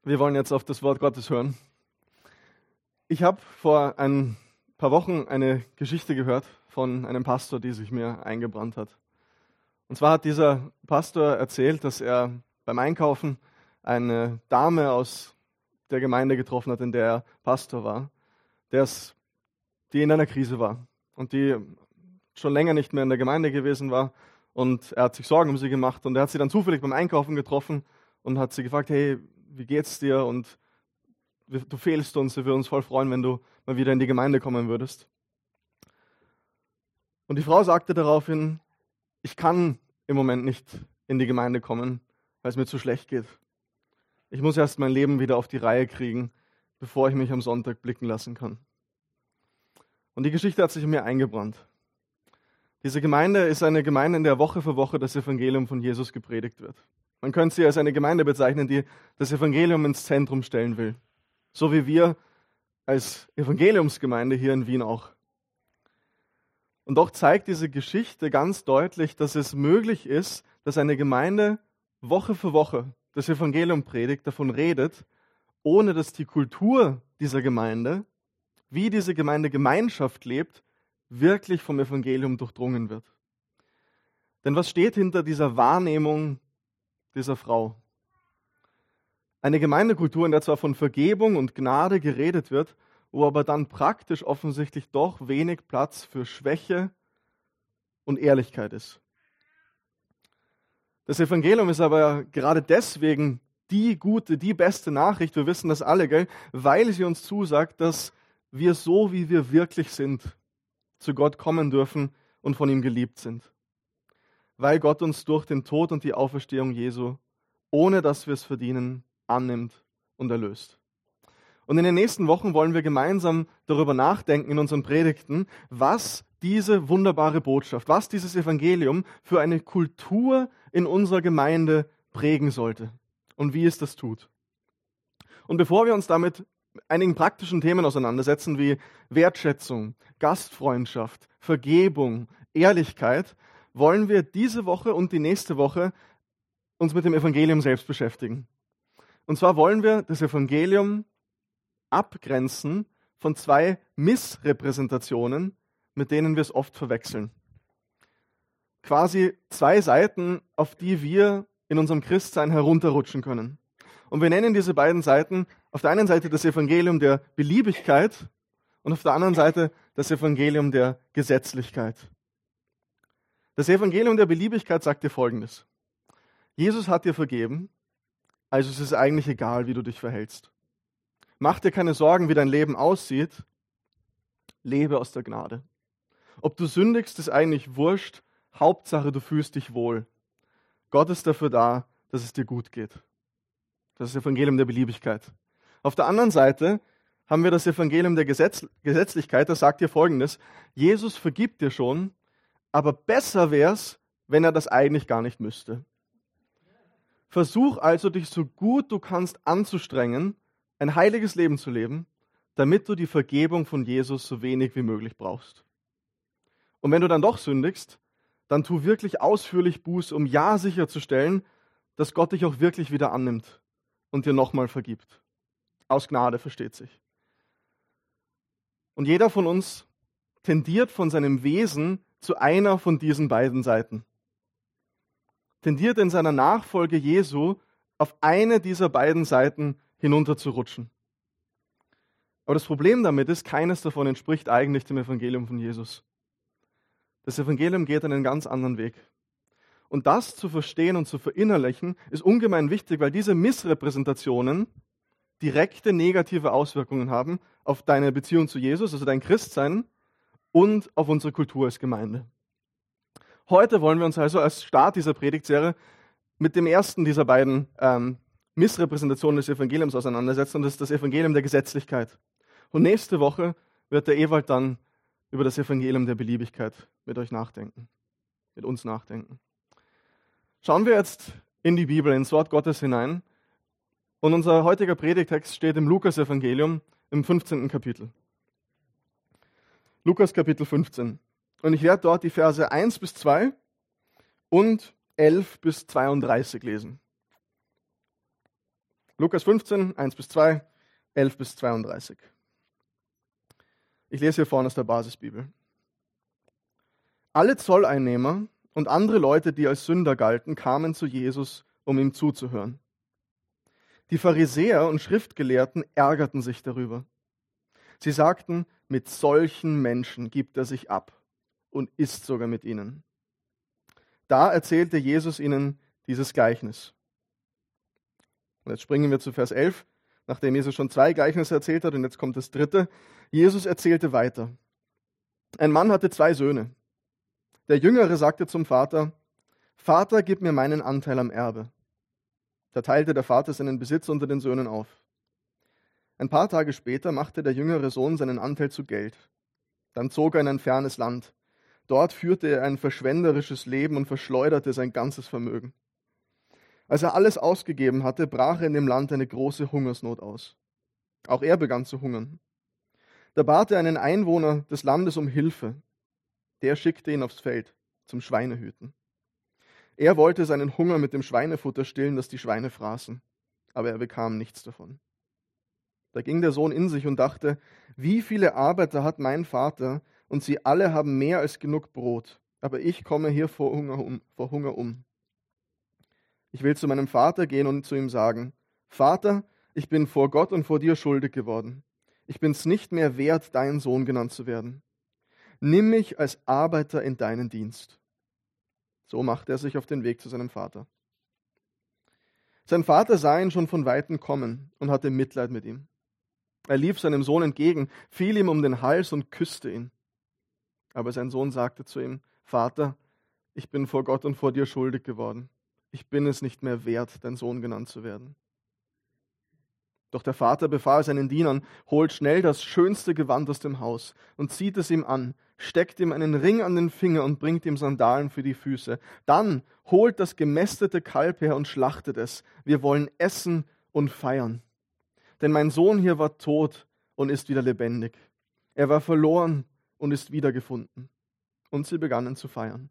Wir wollen jetzt auf das Wort Gottes hören. Ich habe vor ein paar Wochen eine Geschichte gehört von einem Pastor, die sich mir eingebrannt hat. Und zwar hat dieser Pastor erzählt, dass er beim Einkaufen eine Dame aus der Gemeinde getroffen hat, in der er Pastor war, die in einer Krise war und die schon länger nicht mehr in der Gemeinde gewesen war. Und er hat sich Sorgen um sie gemacht und er hat sie dann zufällig beim Einkaufen getroffen und hat sie gefragt, hey, wie geht's dir? Und du fehlst uns, wir würden uns voll freuen, wenn du mal wieder in die Gemeinde kommen würdest. Und die Frau sagte daraufhin, ich kann im Moment nicht in die Gemeinde kommen, weil es mir zu schlecht geht. Ich muss erst mein Leben wieder auf die Reihe kriegen, bevor ich mich am Sonntag blicken lassen kann. Und die Geschichte hat sich in mir eingebrannt. Diese Gemeinde ist eine Gemeinde, in der Woche für Woche das Evangelium von Jesus gepredigt wird. Man könnte sie als eine Gemeinde bezeichnen, die das Evangelium ins Zentrum stellen will. So wie wir als Evangeliumsgemeinde hier in Wien auch. Und doch zeigt diese Geschichte ganz deutlich, dass es möglich ist, dass eine Gemeinde Woche für Woche das Evangelium predigt, davon redet, ohne dass die Kultur dieser Gemeinde, wie diese Gemeinde Gemeinschaft lebt, wirklich vom Evangelium durchdrungen wird. Denn was steht hinter dieser Wahrnehmung dieser Frau? Eine Gemeindekultur, in der zwar von Vergebung und Gnade geredet wird, wo aber dann praktisch offensichtlich doch wenig Platz für Schwäche und Ehrlichkeit ist. Das Evangelium ist aber gerade deswegen die gute, die beste Nachricht, wir wissen das alle, gell? Weil sie uns zusagt, dass wir so, wie wir wirklich sind, zu Gott kommen dürfen und von ihm geliebt sind. Weil Gott uns durch den Tod und die Auferstehung Jesu, ohne dass wir es verdienen, annimmt und erlöst. Und in den nächsten Wochen wollen wir gemeinsam darüber nachdenken in unseren Predigten, was diese wunderbare Botschaft, was dieses Evangelium für eine Kultur in unserer Gemeinde prägen sollte und wie es das tut. Und bevor wir uns damit einigen praktischen Themen auseinandersetzen, wie Wertschätzung, Gastfreundschaft, Vergebung, Ehrlichkeit, wollen wir diese Woche und die nächste Woche uns mit dem Evangelium selbst beschäftigen. Und zwar wollen wir das Evangelium abgrenzen von zwei Missrepräsentationen, mit denen wir es oft verwechseln. Quasi zwei Seiten, auf die wir in unserem Christsein herunterrutschen können. Und wir nennen diese beiden Seiten auf der einen Seite das Evangelium der Beliebigkeit und auf der anderen Seite das Evangelium der Gesetzlichkeit. Das Evangelium der Beliebigkeit sagt dir Folgendes. Jesus hat dir vergeben, also es ist eigentlich egal, wie du dich verhältst. Mach dir keine Sorgen, wie dein Leben aussieht. Lebe aus der Gnade. Ob du sündigst, ist eigentlich wurscht. Hauptsache, du fühlst dich wohl. Gott ist dafür da, dass es dir gut geht. Das ist das Evangelium der Beliebigkeit. Auf der anderen Seite haben wir das Evangelium der Gesetzlichkeit, das sagt dir Folgendes. Jesus vergibt dir schon, aber besser wär's, wenn er das eigentlich gar nicht müsste. Versuch also, dich so gut du kannst anzustrengen, ein heiliges Leben zu leben, damit du die Vergebung von Jesus so wenig wie möglich brauchst. Und wenn du dann doch sündigst, dann tu wirklich ausführlich Buße, um ja sicherzustellen, dass Gott dich auch wirklich wieder annimmt und dir nochmal vergibt. Aus Gnade, versteht sich. Und jeder von uns tendiert von seinem Wesen zu einer von diesen beiden Seiten. Tendiert in seiner Nachfolge Jesu auf eine dieser beiden Seiten hinunterzurutschen. Aber das Problem damit ist, keines davon entspricht eigentlich dem Evangelium von Jesus. Das Evangelium geht einen ganz anderen Weg. Und das zu verstehen und zu verinnerlichen, ist ungemein wichtig, weil diese Missrepräsentationen direkte negative Auswirkungen haben auf deine Beziehung zu Jesus, also dein Christsein, und auf unsere Kultur als Gemeinde. Heute wollen wir uns also als Start dieser Predigtserie mit dem ersten dieser beiden Missrepräsentationen des Evangeliums auseinandersetzen, und das ist das Evangelium der Gesetzlichkeit. Und nächste Woche wird der Ewald dann über das Evangelium der Beliebigkeit mit uns nachdenken. Schauen wir jetzt in die Bibel, ins Wort Gottes hinein. Und unser heutiger Predigtext steht im Lukas-Evangelium im 15. Kapitel. Lukas Kapitel 15. Und ich werde dort die Verse 1 bis 2 und 11 bis 32 lesen. Lukas 15, 1-2, 11-32. Ich lese hier vorne aus der Basisbibel. Alle Zolleinnehmer und andere Leute, die als Sünder galten, kamen zu Jesus, um ihm zuzuhören. Die Pharisäer und Schriftgelehrten ärgerten sich darüber. Sie sagten, mit solchen Menschen gibt er sich ab und isst sogar mit ihnen. Da erzählte Jesus ihnen dieses Gleichnis. Und jetzt springen wir zu Vers 11, nachdem Jesus schon 2 Gleichnisse erzählt hat und jetzt kommt das 3. Jesus erzählte weiter. Ein Mann hatte 2 Söhne. Der Jüngere sagte zum Vater, Vater, gib mir meinen Anteil am Erbe. Da teilte der Vater seinen Besitz unter den Söhnen auf. Ein paar Tage später machte der jüngere Sohn seinen Anteil zu Geld. Dann zog er in ein fernes Land. Dort führte er ein verschwenderisches Leben und verschleuderte sein ganzes Vermögen. Als er alles ausgegeben hatte, brach in dem Land eine große Hungersnot aus. Auch er begann zu hungern. Da bat er einen Einwohner des Landes um Hilfe. Der schickte ihn aufs Feld zum Schweinehüten. Er wollte seinen Hunger mit dem Schweinefutter stillen, das die Schweine fraßen, aber er bekam nichts davon. Da ging der Sohn in sich und dachte, wie viele Arbeiter hat mein Vater, und sie alle haben mehr als genug Brot, aber ich komme hier vor Hunger um. Ich will zu meinem Vater gehen und zu ihm sagen, Vater, ich bin vor Gott und vor dir schuldig geworden. Ich bin's nicht mehr wert, dein Sohn genannt zu werden. Nimm mich als Arbeiter in deinen Dienst. So machte er sich auf den Weg zu seinem Vater. Sein Vater sah ihn schon von Weitem kommen und hatte Mitleid mit ihm. Er lief seinem Sohn entgegen, fiel ihm um den Hals und küsste ihn. Aber sein Sohn sagte zu ihm, Vater, ich bin vor Gott und vor dir schuldig geworden. Ich bin es nicht mehr wert, dein Sohn genannt zu werden. Doch der Vater befahl seinen Dienern, holt schnell das schönste Gewand aus dem Haus und zieht es ihm an, steckt ihm einen Ring an den Finger und bringt ihm Sandalen für die Füße. Dann holt das gemästete Kalb her und schlachtet es. Wir wollen essen und feiern. Denn mein Sohn hier war tot und ist wieder lebendig. Er war verloren und ist wiedergefunden. Und sie begannen zu feiern.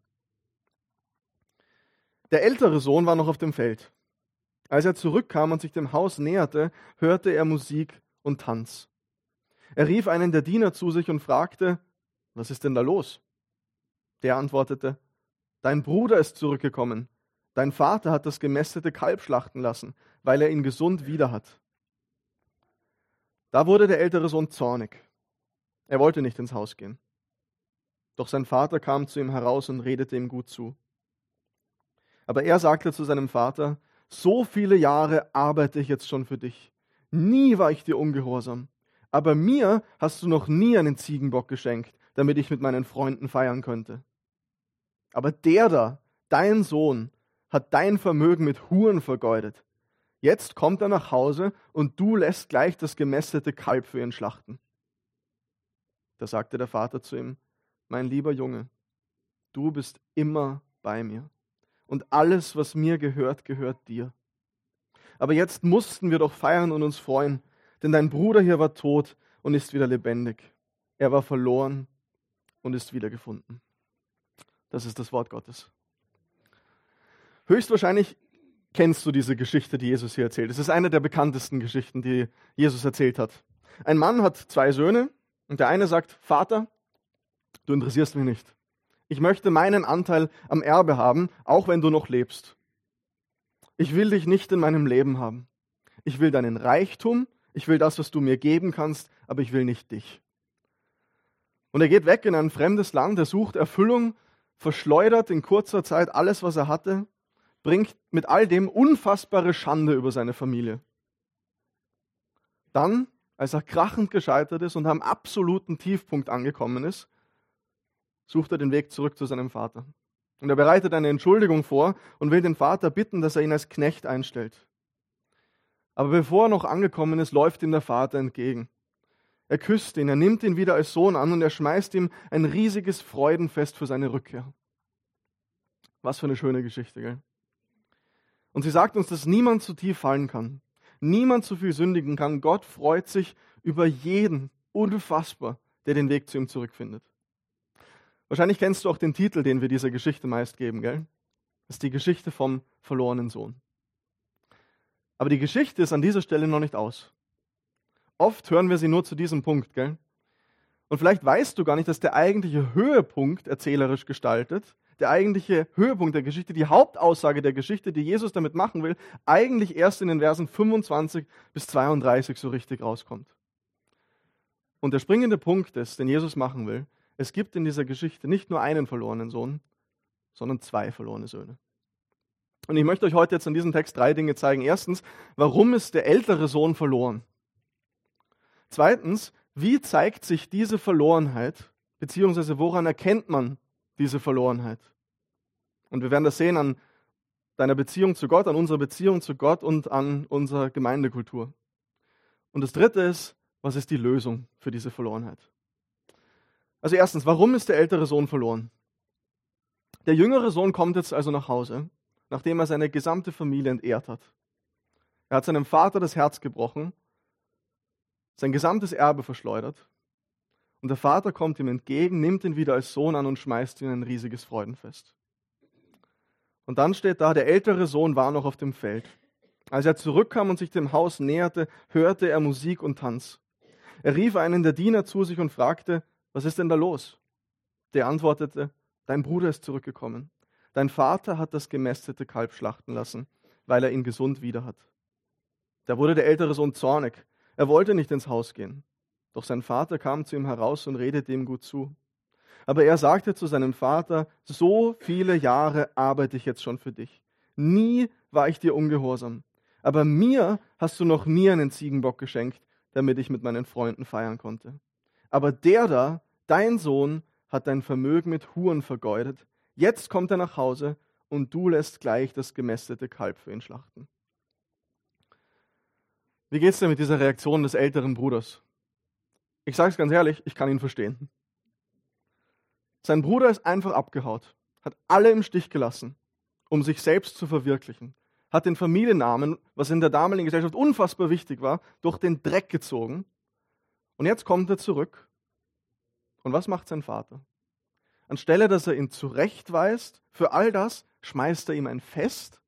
Der ältere Sohn war noch auf dem Feld. Als er zurückkam und sich dem Haus näherte, hörte er Musik und Tanz. Er rief einen der Diener zu sich und fragte, was ist denn da los? Der antwortete, dein Bruder ist zurückgekommen. Dein Vater hat das gemästete Kalb schlachten lassen, weil er ihn gesund wieder hat. Da wurde der ältere Sohn zornig. Er wollte nicht ins Haus gehen. Doch sein Vater kam zu ihm heraus und redete ihm gut zu. Aber er sagte zu seinem Vater, so viele Jahre arbeite ich jetzt schon für dich. Nie war ich dir ungehorsam. Aber mir hast du noch nie einen Ziegenbock geschenkt, damit ich mit meinen Freunden feiern könnte. Aber der da, dein Sohn, hat dein Vermögen mit Huren vergeudet. Jetzt kommt er nach Hause und du lässt gleich das gemästete Kalb für ihn schlachten. Da sagte der Vater zu ihm, mein lieber Junge, du bist immer bei mir. Und alles, was mir gehört, gehört dir. Aber jetzt mussten wir doch feiern und uns freuen, denn dein Bruder hier war tot und ist wieder lebendig. Er war verloren und ist wiedergefunden. Das ist das Wort Gottes. Höchstwahrscheinlich kennst du diese Geschichte, die Jesus hier erzählt. Es ist eine der bekanntesten Geschichten, die Jesus erzählt hat. Ein Mann hat 2 Söhne und der eine sagt, Vater, du interessierst mich nicht. Ich möchte meinen Anteil am Erbe haben, auch wenn du noch lebst. Ich will dich nicht in meinem Leben haben. Ich will deinen Reichtum, ich will das, was du mir geben kannst, aber ich will nicht dich. Und er geht weg in ein fremdes Land, er sucht Erfüllung, verschleudert in kurzer Zeit alles, was er hatte, bringt mit all dem unfassbare Schande über seine Familie. Dann, als er krachend gescheitert ist und am absoluten Tiefpunkt angekommen ist, sucht er den Weg zurück zu seinem Vater. Und er bereitet eine Entschuldigung vor und will den Vater bitten, dass er ihn als Knecht einstellt. Aber bevor er noch angekommen ist, läuft ihm der Vater entgegen. Er küsst ihn, er nimmt ihn wieder als Sohn an und er schmeißt ihm ein riesiges Freudenfest für seine Rückkehr. Was für eine schöne Geschichte, gell? Und sie sagt uns, dass niemand zu tief fallen kann. Niemand zu viel sündigen kann. Gott freut sich über jeden, unfassbar, der den Weg zu ihm zurückfindet. Wahrscheinlich kennst du auch den Titel, den wir dieser Geschichte meist geben, gell? Das ist die Geschichte vom verlorenen Sohn. Aber die Geschichte ist an dieser Stelle noch nicht aus. Oft hören wir sie nur zu diesem Punkt, gell? Und vielleicht weißt du gar nicht, dass der eigentliche Höhepunkt erzählerisch gestaltet, der eigentliche Höhepunkt der Geschichte, die Hauptaussage der Geschichte, die Jesus damit machen will, eigentlich erst in den Versen 25 bis 32 so richtig rauskommt. Und der springende Punkt ist, den Jesus machen will, es gibt in dieser Geschichte nicht nur einen verlorenen Sohn, sondern zwei verlorene Söhne. Und ich möchte euch heute jetzt an diesem Text 3 Dinge zeigen. Erstens, warum ist der ältere Sohn verloren? Zweitens, wie zeigt sich diese Verlorenheit, beziehungsweise woran erkennt man diese Verlorenheit? Und wir werden das sehen an deiner Beziehung zu Gott, an unserer Beziehung zu Gott und an unserer Gemeindekultur. Und das Dritte ist, was ist die Lösung für diese Verlorenheit? Also erstens, warum ist der ältere Sohn verloren? Der jüngere Sohn kommt jetzt also nach Hause, nachdem er seine gesamte Familie entehrt hat. Er hat seinem Vater das Herz gebrochen, sein gesamtes Erbe verschleudert. Und der Vater kommt ihm entgegen, nimmt ihn wieder als Sohn an und schmeißt ihn in ein riesiges Freudenfest. Und dann steht da, der ältere Sohn war noch auf dem Feld. Als er zurückkam und sich dem Haus näherte, hörte er Musik und Tanz. Er rief einen der Diener zu sich und fragte, was ist denn da los? Der antwortete, dein Bruder ist zurückgekommen. Dein Vater hat das gemästete Kalb schlachten lassen, weil er ihn gesund wieder hat. Da wurde der ältere Sohn zornig. Er wollte nicht ins Haus gehen. Doch sein Vater kam zu ihm heraus und redete ihm gut zu. Aber er sagte zu seinem Vater, so viele Jahre arbeite ich jetzt schon für dich. Nie war ich dir ungehorsam. Aber mir hast du noch nie einen Ziegenbock geschenkt, damit ich mit meinen Freunden feiern konnte. Aber der da, dein Sohn, hat dein Vermögen mit Huren vergeudet. Jetzt kommt er nach Hause und du lässt gleich das gemästete Kalb für ihn schlachten. Wie geht's dir mit dieser Reaktion des älteren Bruders? Ich sage es ganz ehrlich, ich kann ihn verstehen. Sein Bruder ist einfach abgehaut, hat alle im Stich gelassen, um sich selbst zu verwirklichen, hat den Familiennamen, was in der damaligen Gesellschaft unfassbar wichtig war, durch den Dreck gezogen. Und jetzt kommt er zurück. Und was macht sein Vater? Anstelle, dass er ihn zurechtweist für all das, schmeißt er ihm ein Fest.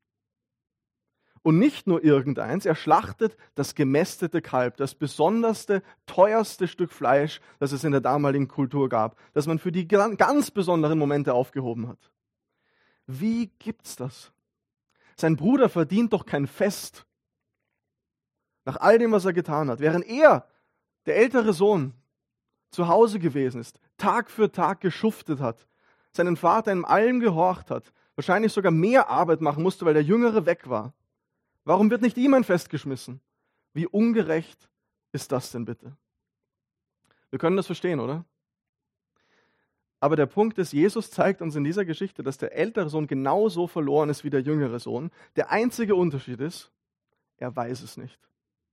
Und nicht nur irgendeins, er schlachtet das gemästete Kalb, das besonderste, teuerste Stück Fleisch, das es in der damaligen Kultur gab, das man für die ganz besonderen Momente aufgehoben hat. Wie gibt's das? Sein Bruder verdient doch kein Fest. Nach all dem, was er getan hat, während er, der ältere Sohn, zu Hause gewesen ist, Tag für Tag geschuftet hat, seinen Vater in allem gehorcht hat, wahrscheinlich sogar mehr Arbeit machen musste, weil der Jüngere weg war. Warum wird nicht ihm ein Fest geschmissen? Wie ungerecht ist das denn bitte? Wir können das verstehen, oder? Aber der Punkt ist, Jesus zeigt uns in dieser Geschichte, dass der ältere Sohn genauso verloren ist wie der jüngere Sohn. Der einzige Unterschied ist, er weiß es nicht.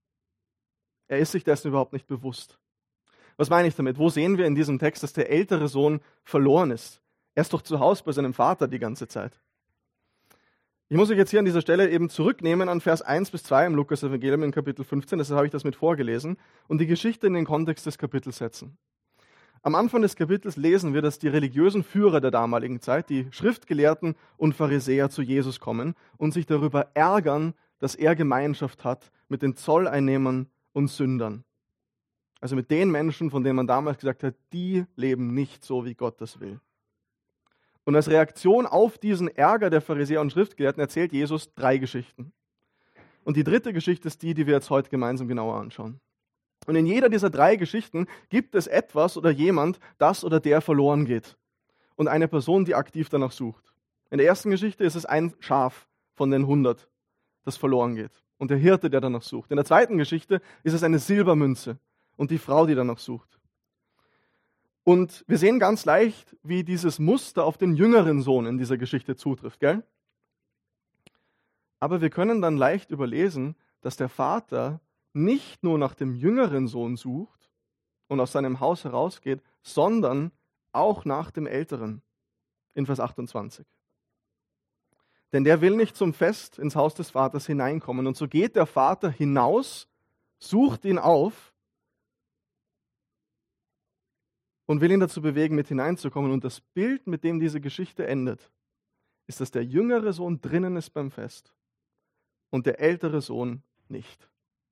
Er ist sich dessen überhaupt nicht bewusst. Was meine ich damit? Wo sehen wir in diesem Text, dass der ältere Sohn verloren ist? Er ist doch zu Hause bei seinem Vater die ganze Zeit. Ich muss euch jetzt hier an dieser Stelle eben zurücknehmen an Vers 1 bis 2 im Lukas-Evangelium in Kapitel 15, deshalb habe ich das mit vorgelesen, und die Geschichte in den Kontext des Kapitels setzen. Am Anfang des Kapitels lesen wir, dass die religiösen Führer der damaligen Zeit, die Schriftgelehrten und Pharisäer, zu Jesus kommen und sich darüber ärgern, dass er Gemeinschaft hat mit den Zolleinnehmern und Sündern. Also mit den Menschen, von denen man damals gesagt hat, die leben nicht so, wie Gott das will. Und als Reaktion auf diesen Ärger der Pharisäer und Schriftgelehrten erzählt Jesus 3 Geschichten. Und die dritte Geschichte ist die, die wir jetzt heute gemeinsam genauer anschauen. Und in jeder dieser 3 Geschichten gibt es etwas oder jemand, das oder der verloren geht. Und eine Person, die aktiv danach sucht. In der ersten Geschichte ist es ein Schaf von den 100, das verloren geht. Und der Hirte, der danach sucht. In der zweiten Geschichte ist es eine Silbermünze und die Frau, die danach sucht. Und wir sehen ganz leicht, wie dieses Muster auf den jüngeren Sohn in dieser Geschichte zutrifft, gell? Aber wir können dann leicht überlesen, dass der Vater nicht nur nach dem jüngeren Sohn sucht und aus seinem Haus herausgeht, sondern auch nach dem älteren, in Vers 28. Denn der will nicht zum Fest ins Haus des Vaters hineinkommen. Und so geht der Vater hinaus, sucht ihn auf und will ihn dazu bewegen, mit hineinzukommen. Und das Bild, mit dem diese Geschichte endet, ist, dass der jüngere Sohn drinnen ist beim Fest und der ältere Sohn nicht.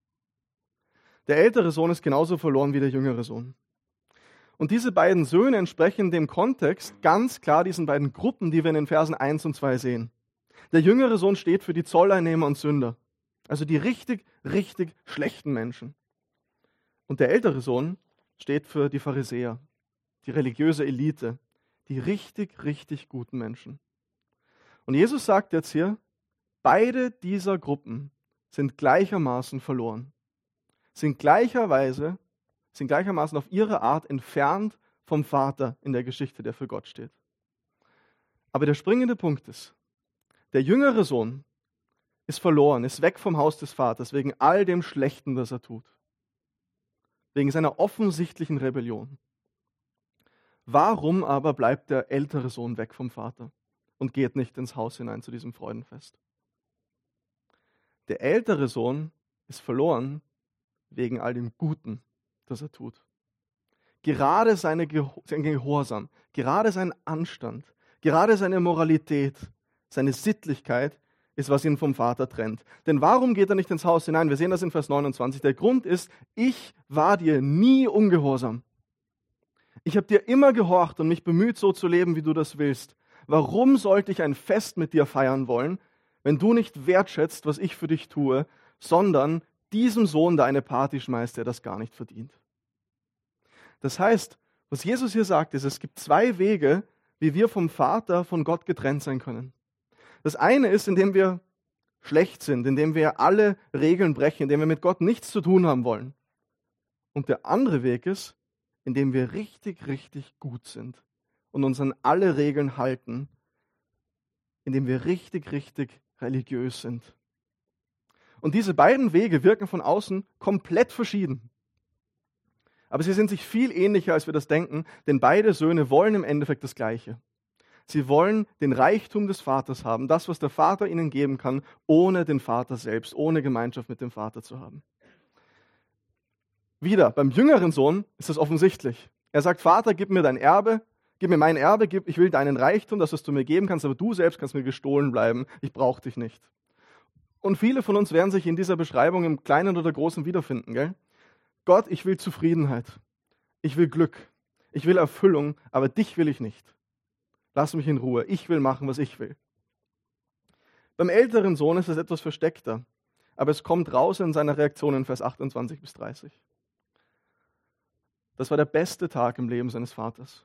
Der ältere Sohn ist genauso verloren wie der jüngere Sohn. Und diese beiden Söhne entsprechen dem Kontext ganz klar diesen beiden Gruppen, die wir in den Versen 1 und 2 sehen. Der jüngere Sohn steht für die Zolleinnehmer und Sünder, also die richtig, richtig schlechten Menschen. Und der ältere Sohn steht für die Pharisäer, die religiöse Elite, die richtig, richtig guten Menschen. Und Jesus sagt jetzt hier, beide dieser Gruppen sind gleichermaßen verloren, sind gleichermaßen auf ihre Art entfernt vom Vater in der Geschichte, der für Gott steht. Aber der springende Punkt ist, der jüngere Sohn ist verloren, ist weg vom Haus des Vaters wegen all dem Schlechten, das er tut. Wegen seiner offensichtlichen Rebellion. Warum aber bleibt der ältere Sohn weg vom Vater und geht nicht ins Haus hinein zu diesem Freudenfest? Der ältere Sohn ist verloren wegen all dem Guten, das er tut. Gerade sein Gehorsam, gerade sein Anstand, gerade seine Moralität, seine Sittlichkeit ist, was ihn vom Vater trennt. Denn warum geht er nicht ins Haus hinein? Wir sehen das in Vers 29. Der Grund ist, ich war dir nie ungehorsam. Ich habe dir immer gehorcht und mich bemüht, so zu leben, wie du das willst. Warum sollte ich ein Fest mit dir feiern wollen, wenn du nicht wertschätzt, was ich für dich tue, sondern diesem Sohn da eine Party schmeißt, der das gar nicht verdient? Das heißt, was Jesus hier sagt, ist, es gibt zwei Wege, wie wir vom Vater, von Gott getrennt sein können. Das eine ist, indem wir schlecht sind, indem wir alle Regeln brechen, indem wir mit Gott nichts zu tun haben wollen. Und der andere Weg ist, indem wir richtig, richtig gut sind und uns an alle Regeln halten, indem wir richtig, richtig religiös sind. Und diese beiden Wege wirken von außen komplett verschieden. Aber sie sind sich viel ähnlicher, als wir das denken, denn beide Söhne wollen im Endeffekt das Gleiche. Sie wollen den Reichtum des Vaters haben, das, was der Vater ihnen geben kann, ohne den Vater selbst, ohne Gemeinschaft mit dem Vater zu haben. Wieder, beim jüngeren Sohn ist das offensichtlich. Er sagt, Vater, gib mir dein Erbe, gib mir mein Erbe, ich will deinen Reichtum, das, was du mir geben kannst, aber du selbst kannst mir gestohlen bleiben, ich brauche dich nicht. Und viele von uns werden sich in dieser Beschreibung im Kleinen oder Großen wiederfinden. Gell? Gott, ich will Zufriedenheit, ich will Glück, ich will Erfüllung, aber dich will ich nicht. Lass mich in Ruhe, ich will machen, was ich will. Beim älteren Sohn ist es etwas versteckter, aber es kommt raus in seiner Reaktion in Vers 28 bis 30. Das war der beste Tag im Leben seines Vaters.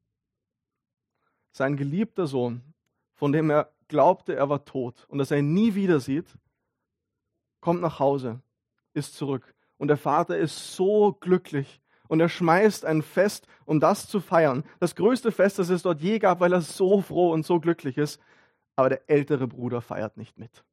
Sein geliebter Sohn, von dem er glaubte, er war tot und dass er ihn nie wieder sieht, kommt nach Hause, ist zurück. Und der Vater ist so glücklich. Und er schmeißt ein Fest, um das zu feiern. Das größte Fest, das es dort je gab, weil er so froh und so glücklich ist. Aber der ältere Bruder feiert nicht mit.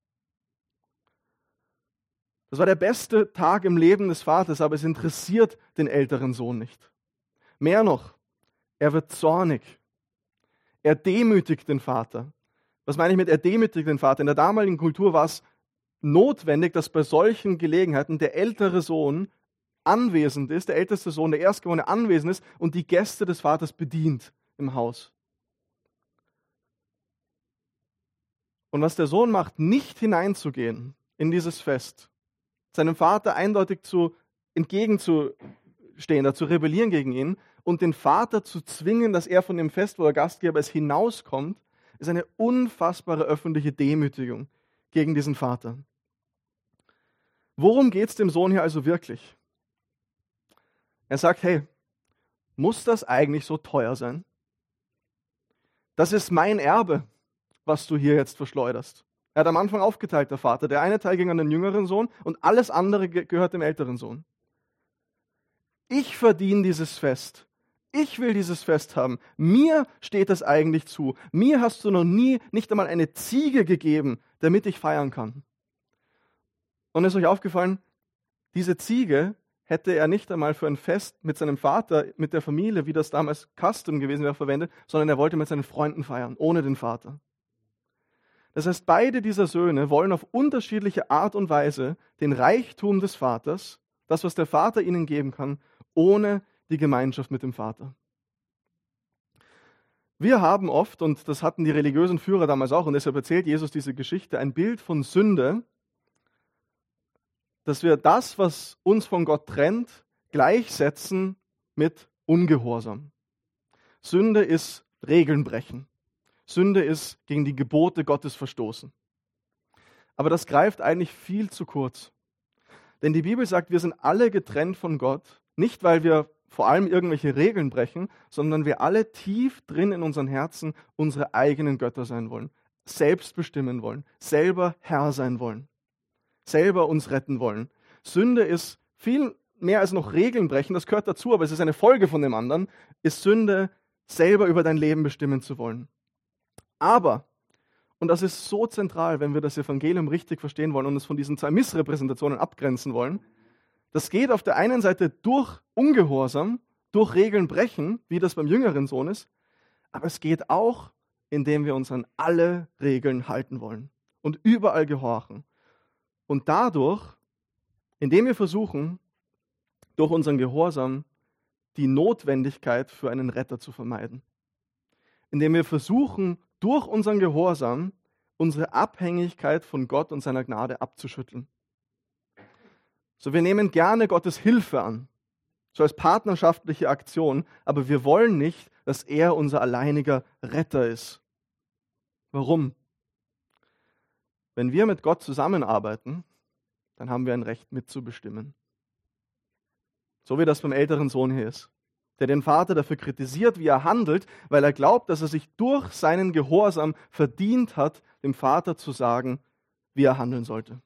Das war der beste Tag im Leben des Vaters, aber es interessiert den älteren Sohn nicht. Mehr noch, er wird zornig. Er demütigt den Vater. Was meine ich mit, er demütigt den Vater? In der damaligen Kultur war es notwendig, dass bei solchen Gelegenheiten der ältere Sohn anwesend ist, der älteste Sohn, der Erstgeborene anwesend ist und die Gäste des Vaters bedient im Haus. Und was der Sohn macht, nicht hineinzugehen in dieses Fest, seinem Vater eindeutig entgegenzustehen, zu rebellieren gegen ihn und den Vater zu zwingen, dass er von dem Fest, wo der Gastgeber ist, hinauskommt, ist eine unfassbare öffentliche Demütigung gegen diesen Vater. Worum geht es dem Sohn hier also wirklich? Er sagt, hey, muss das eigentlich so teuer sein? Das ist mein Erbe, was du hier jetzt verschleuderst. Er hat am Anfang aufgeteilt, der Vater. Der eine Teil ging an den jüngeren Sohn und alles andere gehört dem älteren Sohn. Ich verdiene dieses Fest. Ich will dieses Fest haben. Mir steht es eigentlich zu. Mir hast du noch nie nicht einmal eine Ziege gegeben, damit ich feiern kann. Und ist euch aufgefallen, diese Ziege hätte er nicht einmal für ein Fest mit seinem Vater, mit der Familie, wie das damals Custom gewesen wäre, verwendet, sondern er wollte mit seinen Freunden feiern, ohne den Vater. Das heißt, beide dieser Söhne wollen auf unterschiedliche Art und Weise den Reichtum des Vaters, das, was der Vater ihnen geben kann, ohne die Gemeinschaft mit dem Vater. Wir haben oft, und das hatten die religiösen Führer damals auch, und deshalb erzählt Jesus diese Geschichte, ein Bild von Sünde dass wir das, was uns von Gott trennt, gleichsetzen mit Ungehorsam. Sünde ist Regeln brechen. Sünde ist gegen die Gebote Gottes verstoßen. Aber das greift eigentlich viel zu kurz. Denn die Bibel sagt, wir sind alle getrennt von Gott, nicht weil wir vor allem irgendwelche Regeln brechen, sondern wir alle tief drin in unseren Herzen unsere eigenen Götter sein wollen, selbst bestimmen wollen, selber Herr sein wollen, selber uns retten wollen. Sünde ist viel mehr als noch Regeln brechen, das gehört dazu, aber es ist eine Folge von dem anderen, ist Sünde, selber über dein Leben bestimmen zu wollen. Aber, und das ist so zentral, wenn wir das Evangelium richtig verstehen wollen und es von diesen zwei Missrepräsentationen abgrenzen wollen, das geht auf der einen Seite durch Ungehorsam, durch Regeln brechen, wie das beim jüngeren Sohn ist, aber es geht auch, indem wir uns an alle Regeln halten wollen und überall gehorchen. Und dadurch, indem wir versuchen, durch unseren Gehorsam die Notwendigkeit für einen Retter zu vermeiden. Indem wir versuchen, durch unseren Gehorsam unsere Abhängigkeit von Gott und seiner Gnade abzuschütteln. So, wir nehmen gerne Gottes Hilfe an, so als partnerschaftliche Aktion, aber wir wollen nicht, dass er unser alleiniger Retter ist. Warum? Wenn wir mit Gott zusammenarbeiten, dann haben wir ein Recht mitzubestimmen. So wie das beim älteren Sohn hier ist, der den Vater dafür kritisiert, wie er handelt, weil er glaubt, dass er sich durch seinen Gehorsam verdient hat, dem Vater zu sagen, wie er handeln sollte.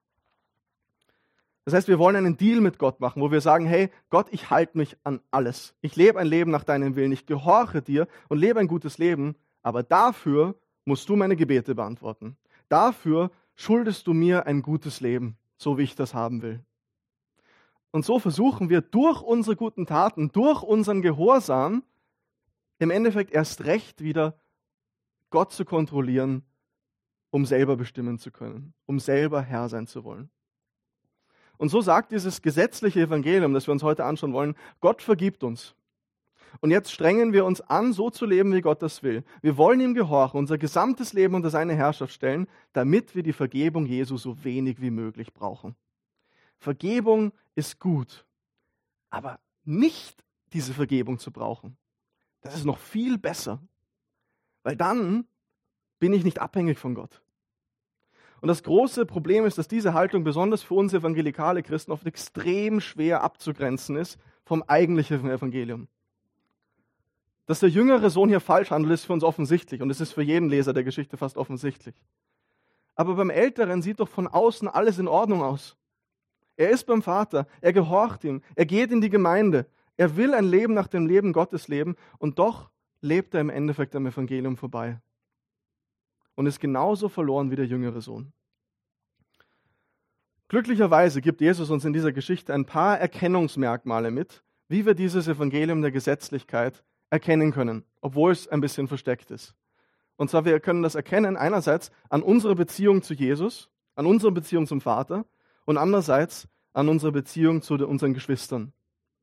Das heißt, wir wollen einen Deal mit Gott machen, wo wir sagen, hey Gott, ich halte mich an alles. Ich lebe ein Leben nach deinem Willen, ich gehorche dir und lebe ein gutes Leben, aber dafür musst du meine Gebete beantworten. Dafür schuldest du mir ein gutes Leben, so wie ich das haben will. Und so versuchen wir durch unsere guten Taten, durch unseren Gehorsam, im Endeffekt erst recht wieder Gott zu kontrollieren, um selber bestimmen zu können, um selber Herr sein zu wollen. Und so sagt dieses gesetzliche Evangelium, das wir uns heute anschauen wollen, Gott vergibt uns. Und jetzt strengen wir uns an, so zu leben, wie Gott das will. Wir wollen ihm gehorchen, unser gesamtes Leben unter seine Herrschaft stellen, damit wir die Vergebung Jesu so wenig wie möglich brauchen. Vergebung ist gut, aber nicht diese Vergebung zu brauchen. Das ist noch viel besser, weil dann bin ich nicht abhängig von Gott. Und das große Problem ist, dass diese Haltung besonders für uns evangelikale Christen oft extrem schwer abzugrenzen ist vom eigentlichen Evangelium. Dass der jüngere Sohn hier falsch handelt, ist für uns offensichtlich und es ist für jeden Leser der Geschichte fast offensichtlich. Aber beim Älteren sieht doch von außen alles in Ordnung aus. Er ist beim Vater, er gehorcht ihm, er geht in die Gemeinde, er will ein Leben nach dem Leben Gottes leben und doch lebt er im Endeffekt am Evangelium vorbei und ist genauso verloren wie der jüngere Sohn. Glücklicherweise gibt Jesus uns in dieser Geschichte ein paar Erkennungsmerkmale mit, wie wir dieses Evangelium der Gesetzlichkeit erkennen können, obwohl es ein bisschen versteckt ist. Und zwar, wir können das erkennen einerseits an unserer Beziehung zu Jesus, an unserer Beziehung zum Vater und andererseits an unserer Beziehung zu unseren Geschwistern.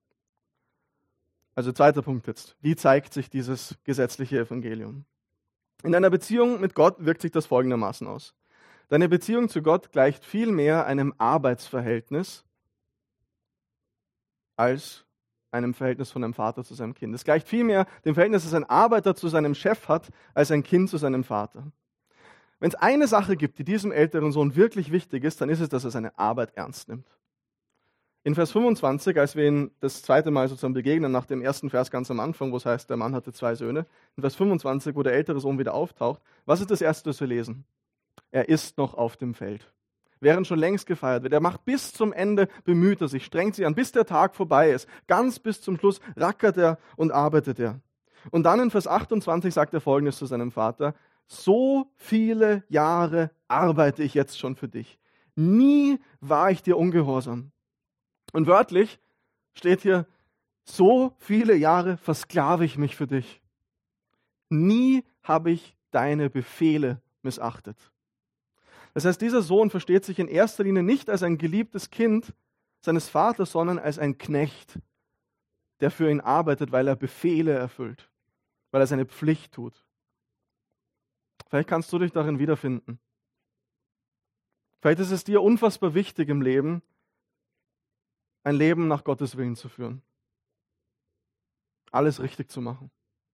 Also zweiter Punkt jetzt. Wie zeigt sich dieses gesetzliche Evangelium? In einer Beziehung mit Gott wirkt sich das folgendermaßen aus. Deine Beziehung zu Gott gleicht viel mehr einem Arbeitsverhältnis als einem Verhältnis von einem Vater zu seinem Kind. Es gleicht viel mehr dem Verhältnis, das ein Arbeiter zu seinem Chef hat, als ein Kind zu seinem Vater. Wenn es eine Sache gibt, die diesem älteren Sohn wirklich wichtig ist, dann ist es, dass er seine Arbeit ernst nimmt. In Vers 25, als wir ihn das zweite Mal sozusagen begegnen, nach dem ersten Vers ganz am Anfang, wo es heißt, der Mann hatte 2 Söhne, in Vers 25, wo der ältere Sohn wieder auftaucht, was ist das Erste, was wir lesen? Er ist noch auf dem Feld. Während schon längst gefeiert wird. Er macht bis zum Ende, bemüht er sich, strengt sich an, bis der Tag vorbei ist. Ganz bis zum Schluss rackert er und arbeitet er. Und dann in Vers 28 sagt er Folgendes zu seinem Vater: So viele Jahre arbeite ich jetzt schon für dich. Nie war ich dir ungehorsam. Und wörtlich steht hier: So viele Jahre versklave ich mich für dich. Nie habe ich deine Befehle missachtet. Das heißt, dieser Sohn versteht sich in erster Linie nicht als ein geliebtes Kind seines Vaters, sondern als ein Knecht, der für ihn arbeitet, weil er Befehle erfüllt, weil er seine Pflicht tut. Vielleicht kannst du dich darin wiederfinden. Vielleicht ist es dir unfassbar wichtig im Leben, ein Leben nach Gottes Willen zu führen. Alles richtig zu machen.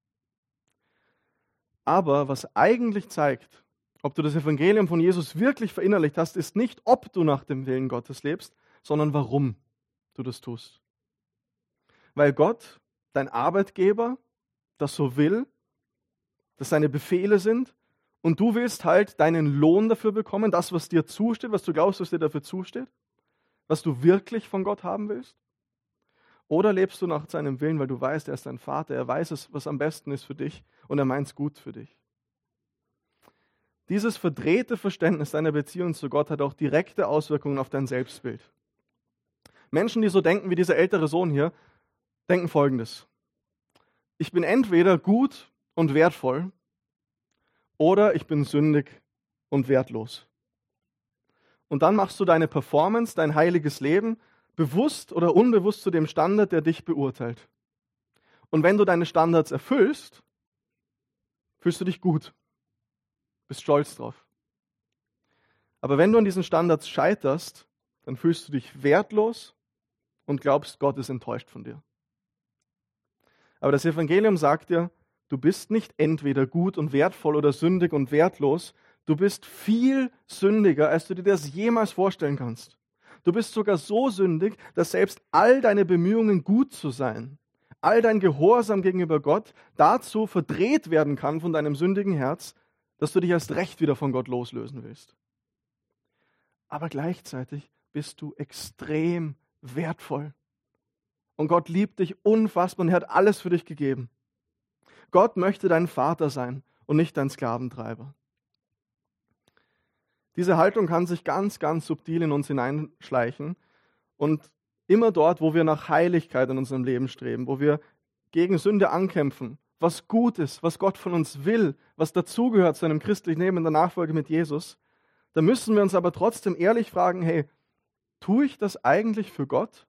Aber was eigentlich zeigt, ob du das Evangelium von Jesus wirklich verinnerlicht hast, ist nicht, ob du nach dem Willen Gottes lebst, sondern warum du das tust. Weil Gott, dein Arbeitgeber, das so will, dass seine Befehle sind und du willst halt deinen Lohn dafür bekommen, das, was dir zusteht, was du glaubst, was dir dafür zusteht, was du wirklich von Gott haben willst? Oder lebst du nach seinem Willen, weil du weißt, er ist dein Vater, er weiß es, was am besten ist für dich und er meint es gut für dich? Dieses verdrehte Verständnis deiner Beziehung zu Gott hat auch direkte Auswirkungen auf dein Selbstbild. Menschen, die so denken wie dieser ältere Sohn hier, denken Folgendes: Ich bin entweder gut und wertvoll oder ich bin sündig und wertlos. Und dann machst du deine Performance, dein heiliges Leben, bewusst oder unbewusst zu dem Standard, der dich beurteilt. Und wenn du deine Standards erfüllst, fühlst du dich gut, bist stolz drauf. Aber wenn du an diesen Standards scheiterst, dann fühlst du dich wertlos und glaubst, Gott ist enttäuscht von dir. Aber das Evangelium sagt dir, du bist nicht entweder gut und wertvoll oder sündig und wertlos, du bist viel sündiger, als du dir das jemals vorstellen kannst. Du bist sogar so sündig, dass selbst all deine Bemühungen, gut zu sein, all dein Gehorsam gegenüber Gott dazu verdreht werden kann von deinem sündigen Herz, dass du dich erst recht wieder von Gott loslösen willst. Aber gleichzeitig bist du extrem wertvoll. Und Gott liebt dich unfassbar und er hat alles für dich gegeben. Gott möchte dein Vater sein und nicht dein Sklaventreiber. Diese Haltung kann sich ganz, ganz subtil in uns hineinschleichen und immer dort, wo wir nach Heiligkeit in unserem Leben streben, wo wir gegen Sünde ankämpfen, was gut ist, was Gott von uns will, was dazugehört zu einem christlichen Leben in der Nachfolge mit Jesus, da müssen wir uns aber trotzdem ehrlich fragen, hey, tue ich das eigentlich für Gott?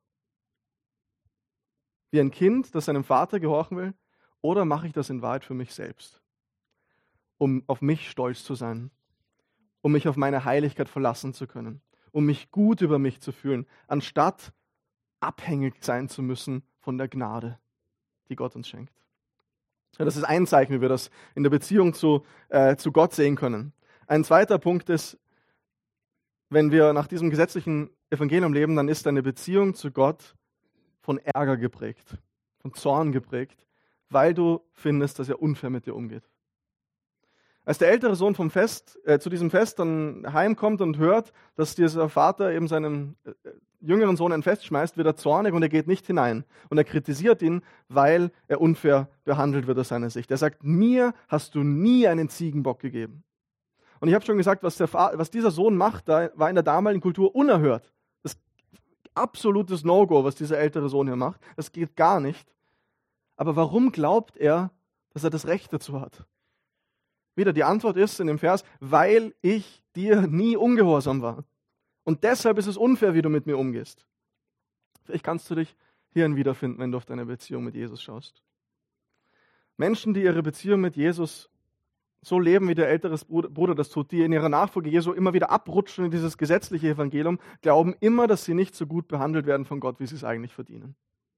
Wie ein Kind, das seinem Vater gehorchen will? Oder mache ich das in Wahrheit für mich selbst, um auf mich stolz zu sein, um mich auf meine Heiligkeit verlassen zu können, um mich gut über mich zu fühlen, anstatt abhängig sein zu müssen von der Gnade, die Gott uns schenkt. Ja, das ist ein Zeichen, wie wir das in der Beziehung zu Gott sehen können. Ein zweiter Punkt ist, wenn wir nach diesem gesetzlichen Evangelium leben, dann ist deine Beziehung zu Gott von Ärger geprägt, von Zorn geprägt, weil du findest, dass er unfair mit dir umgeht. Als der ältere Sohn zu diesem Fest dann heimkommt und hört, dass dieser Vater eben seinem jüngeren Sohn ein Fest schmeißt, wird er zornig und er geht nicht hinein. Und er kritisiert ihn, weil er unfair behandelt wird aus seiner Sicht. Er sagt, mir hast du nie einen Ziegenbock gegeben. Und ich habe schon gesagt, was dieser Sohn macht, da war in der damaligen Kultur unerhört. Das ist absolutes No-Go, was dieser ältere Sohn hier macht. Das geht gar nicht. Aber warum glaubt er, dass er das Recht dazu hat? Wieder, die Antwort ist in dem Vers, weil ich dir nie ungehorsam war. Und deshalb ist es unfair, wie du mit mir umgehst. Vielleicht kannst du dich hierin wiederfinden, wenn du auf deine Beziehung mit Jesus schaust. Menschen, die ihre Beziehung mit Jesus so leben, wie der ältere Bruder das tut, die in ihrer Nachfolge Jesu immer wieder abrutschen in dieses gesetzliche Evangelium, glauben immer, dass sie nicht so gut behandelt werden von Gott, wie sie es eigentlich verdienen.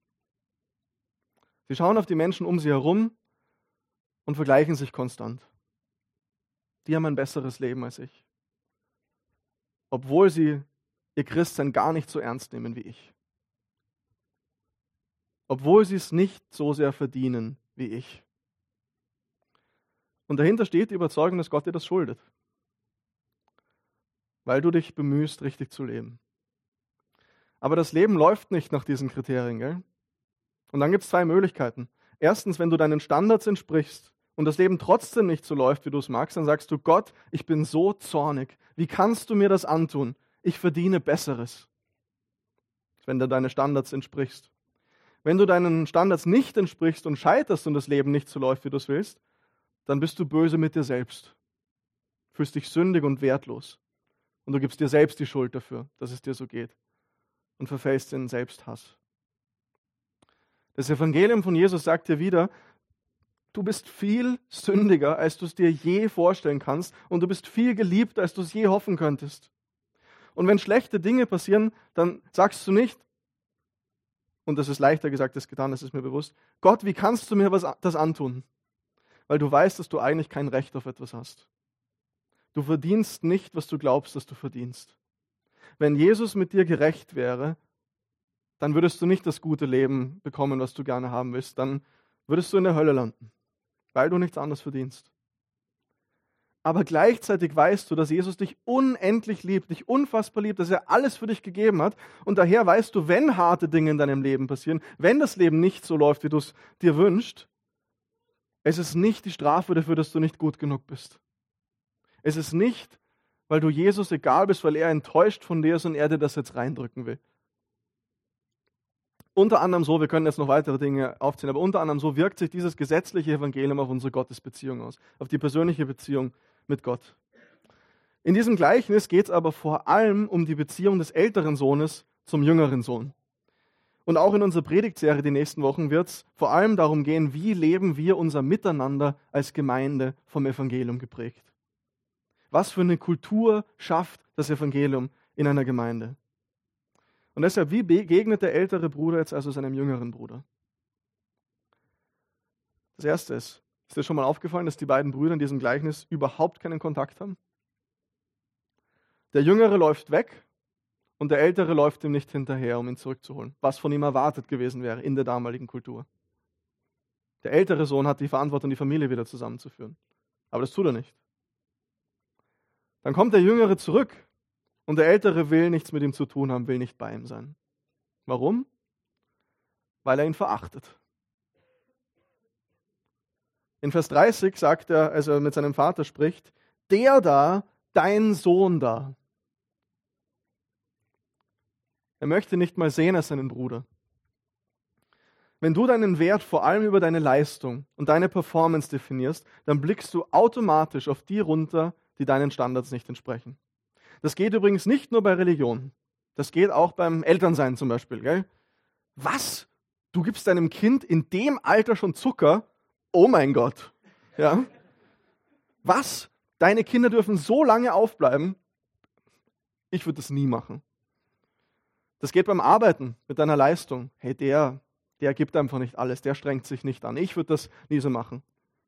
Sie schauen auf die Menschen um sie herum und vergleichen sich konstant. Die haben ein besseres Leben als ich. Obwohl sie ihr Christsein gar nicht so ernst nehmen wie ich. Obwohl sie es nicht so sehr verdienen wie ich. Und dahinter steht die Überzeugung, dass Gott dir das schuldet. Weil du dich bemühst, richtig zu leben. Aber das Leben läuft nicht nach diesen Kriterien, gell? Und dann gibt es zwei Möglichkeiten. Erstens, wenn du deinen Standards entsprichst und das Leben trotzdem nicht so läuft, wie du es magst, dann sagst du, Gott, ich bin so zornig. Wie kannst du mir das antun? Ich verdiene Besseres. Wenn du deinen Standards entsprichst. Wenn du deinen Standards nicht entsprichst und scheiterst und das Leben nicht so läuft, wie du es willst, dann bist du böse mit dir selbst. Fühlst dich sündig und wertlos. Und du gibst dir selbst die Schuld dafür, dass es dir so geht. Und verfällst in Selbsthass. Das Evangelium von Jesus sagt dir wieder, du bist viel sündiger, als du es dir je vorstellen kannst. Und du bist viel geliebter, als du es je hoffen könntest. Und wenn schlechte Dinge passieren, dann sagst du nicht, und das ist leichter gesagt als getan, das ist mir bewusst, Gott, wie kannst du mir das antun? Weil du weißt, dass du eigentlich kein Recht auf etwas hast. Du verdienst nicht, was du glaubst, dass du verdienst. Wenn Jesus mit dir gerecht wäre, dann würdest du nicht das gute Leben bekommen, was du gerne haben willst. Dann würdest du in der Hölle landen, weil du nichts anderes verdienst. Aber gleichzeitig weißt du, dass Jesus dich unendlich liebt, dich unfassbar liebt, dass er alles für dich gegeben hat. Und daher weißt du, wenn harte Dinge in deinem Leben passieren, wenn das Leben nicht so läuft, wie du es dir wünschst, es ist nicht die Strafe dafür, dass du nicht gut genug bist. Es ist nicht, weil du Jesus egal bist, weil er enttäuscht von dir ist und er dir das jetzt reindrücken will. Unter anderem so, wir können jetzt noch weitere Dinge aufzählen, aber unter anderem so wirkt sich dieses gesetzliche Evangelium auf unsere Gottesbeziehung aus, auf die persönliche Beziehung mit Gott. In diesem Gleichnis geht es aber vor allem um die Beziehung des älteren Sohnes zum jüngeren Sohn. Und auch in unserer Predigtserie die nächsten Wochen wird es vor allem darum gehen, wie leben wir unser Miteinander als Gemeinde vom Evangelium geprägt. Was für eine Kultur schafft das Evangelium in einer Gemeinde? Und deshalb, wie begegnet der ältere Bruder jetzt also seinem jüngeren Bruder? Das Erste ist dir schon mal aufgefallen, dass die beiden Brüder in diesem Gleichnis überhaupt keinen Kontakt haben? Der Jüngere läuft weg und der Ältere läuft ihm nicht hinterher, um ihn zurückzuholen, was von ihm erwartet gewesen wäre in der damaligen Kultur. Der ältere Sohn hat die Verantwortung, die Familie wieder zusammenzuführen. Aber das tut er nicht. Dann kommt der Jüngere zurück und der Ältere will nichts mit ihm zu tun haben, will nicht bei ihm sein. Warum? Weil er ihn verachtet. In Vers 30 sagt er, als er mit seinem Vater spricht, der da, dein Sohn da. Er möchte nicht mal sehen als seinen Bruder. Wenn du deinen Wert vor allem über deine Leistung und deine Performance definierst, dann blickst du automatisch auf die runter, die deinen Standards nicht entsprechen. Das geht übrigens nicht nur bei Religion. Das geht auch beim Elternsein zum Beispiel. Gell? Was? Du gibst deinem Kind in dem Alter schon Zucker? Oh mein Gott. Ja? Was? Deine Kinder dürfen so lange aufbleiben? Ich würde das nie machen. Das geht beim Arbeiten mit deiner Leistung. Hey, der gibt einfach nicht alles, der strengt sich nicht an. Ich würde das nie so machen.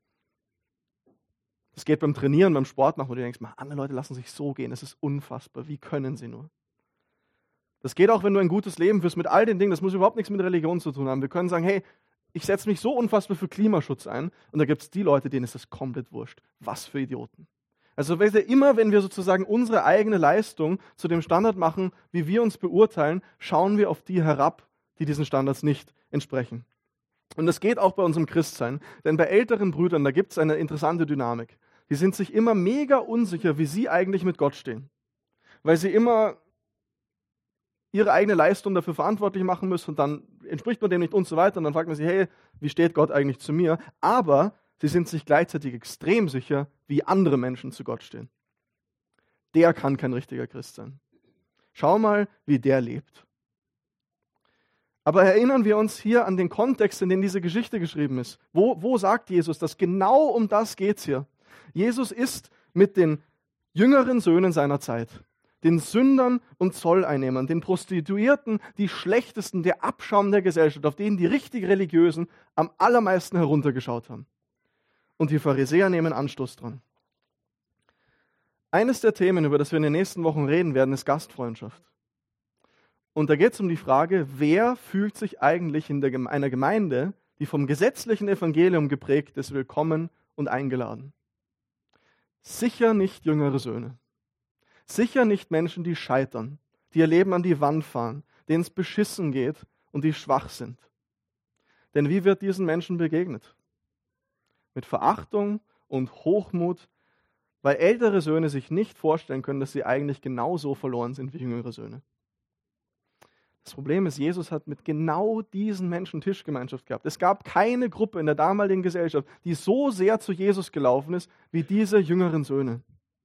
Das geht beim Trainieren, beim Sport machen, wo du denkst, andere Leute lassen sich so gehen, das ist unfassbar, wie können sie nur? Das geht auch, wenn du ein gutes Leben führst mit all den Dingen, das muss überhaupt nichts mit Religion zu tun haben. Wir können sagen, hey, ich setze mich so unfassbar für Klimaschutz ein und da gibt es die Leute, denen ist das komplett wurscht. Was für Idioten. Also immer, wenn wir sozusagen unsere eigene Leistung zu dem Standard machen, wie wir uns beurteilen, schauen wir auf die herab, die diesen Standards nicht entsprechen. Und das geht auch bei unserem Christsein, denn bei älteren Brüdern, da gibt es eine interessante Dynamik. Die sind sich immer mega unsicher, wie sie eigentlich mit Gott stehen, weil sie immer ihre eigene Leistung dafür verantwortlich machen müssen und dann entspricht man dem nicht und so weiter und dann fragt man sich, hey, wie steht Gott eigentlich zu mir? Aber sie sind sich gleichzeitig extrem sicher, wie andere Menschen zu Gott stehen. Der kann kein richtiger Christ sein. Schau mal, wie der lebt. Aber erinnern wir uns hier an den Kontext, in dem diese Geschichte geschrieben ist. Wo sagt Jesus das? Genau um das geht es hier. Jesus ist mit den jüngeren Söhnen seiner Zeit, den Sündern und Zolleinnehmern, den Prostituierten, die Schlechtesten, der Abschaum der Gesellschaft, auf denen die richtig Religiösen am allermeisten heruntergeschaut haben. Und die Pharisäer nehmen Anstoß dran. Eines der Themen, über das wir in den nächsten Wochen reden werden, ist Gastfreundschaft. Und da geht es um die Frage, wer fühlt sich eigentlich in einer Gemeinde, die vom gesetzlichen Evangelium geprägt ist, willkommen und eingeladen? Sicher nicht jüngere Söhne. Sicher nicht Menschen, die scheitern, die ihr Leben an die Wand fahren, denen es beschissen geht und die schwach sind. Denn wie wird diesen Menschen begegnet? Mit Verachtung und Hochmut, weil ältere Söhne sich nicht vorstellen können, dass sie eigentlich genauso verloren sind wie jüngere Söhne. Das Problem ist, Jesus hat mit genau diesen Menschen Tischgemeinschaft gehabt. Es gab keine Gruppe in der damaligen Gesellschaft, die so sehr zu Jesus gelaufen ist, wie diese jüngeren Söhne.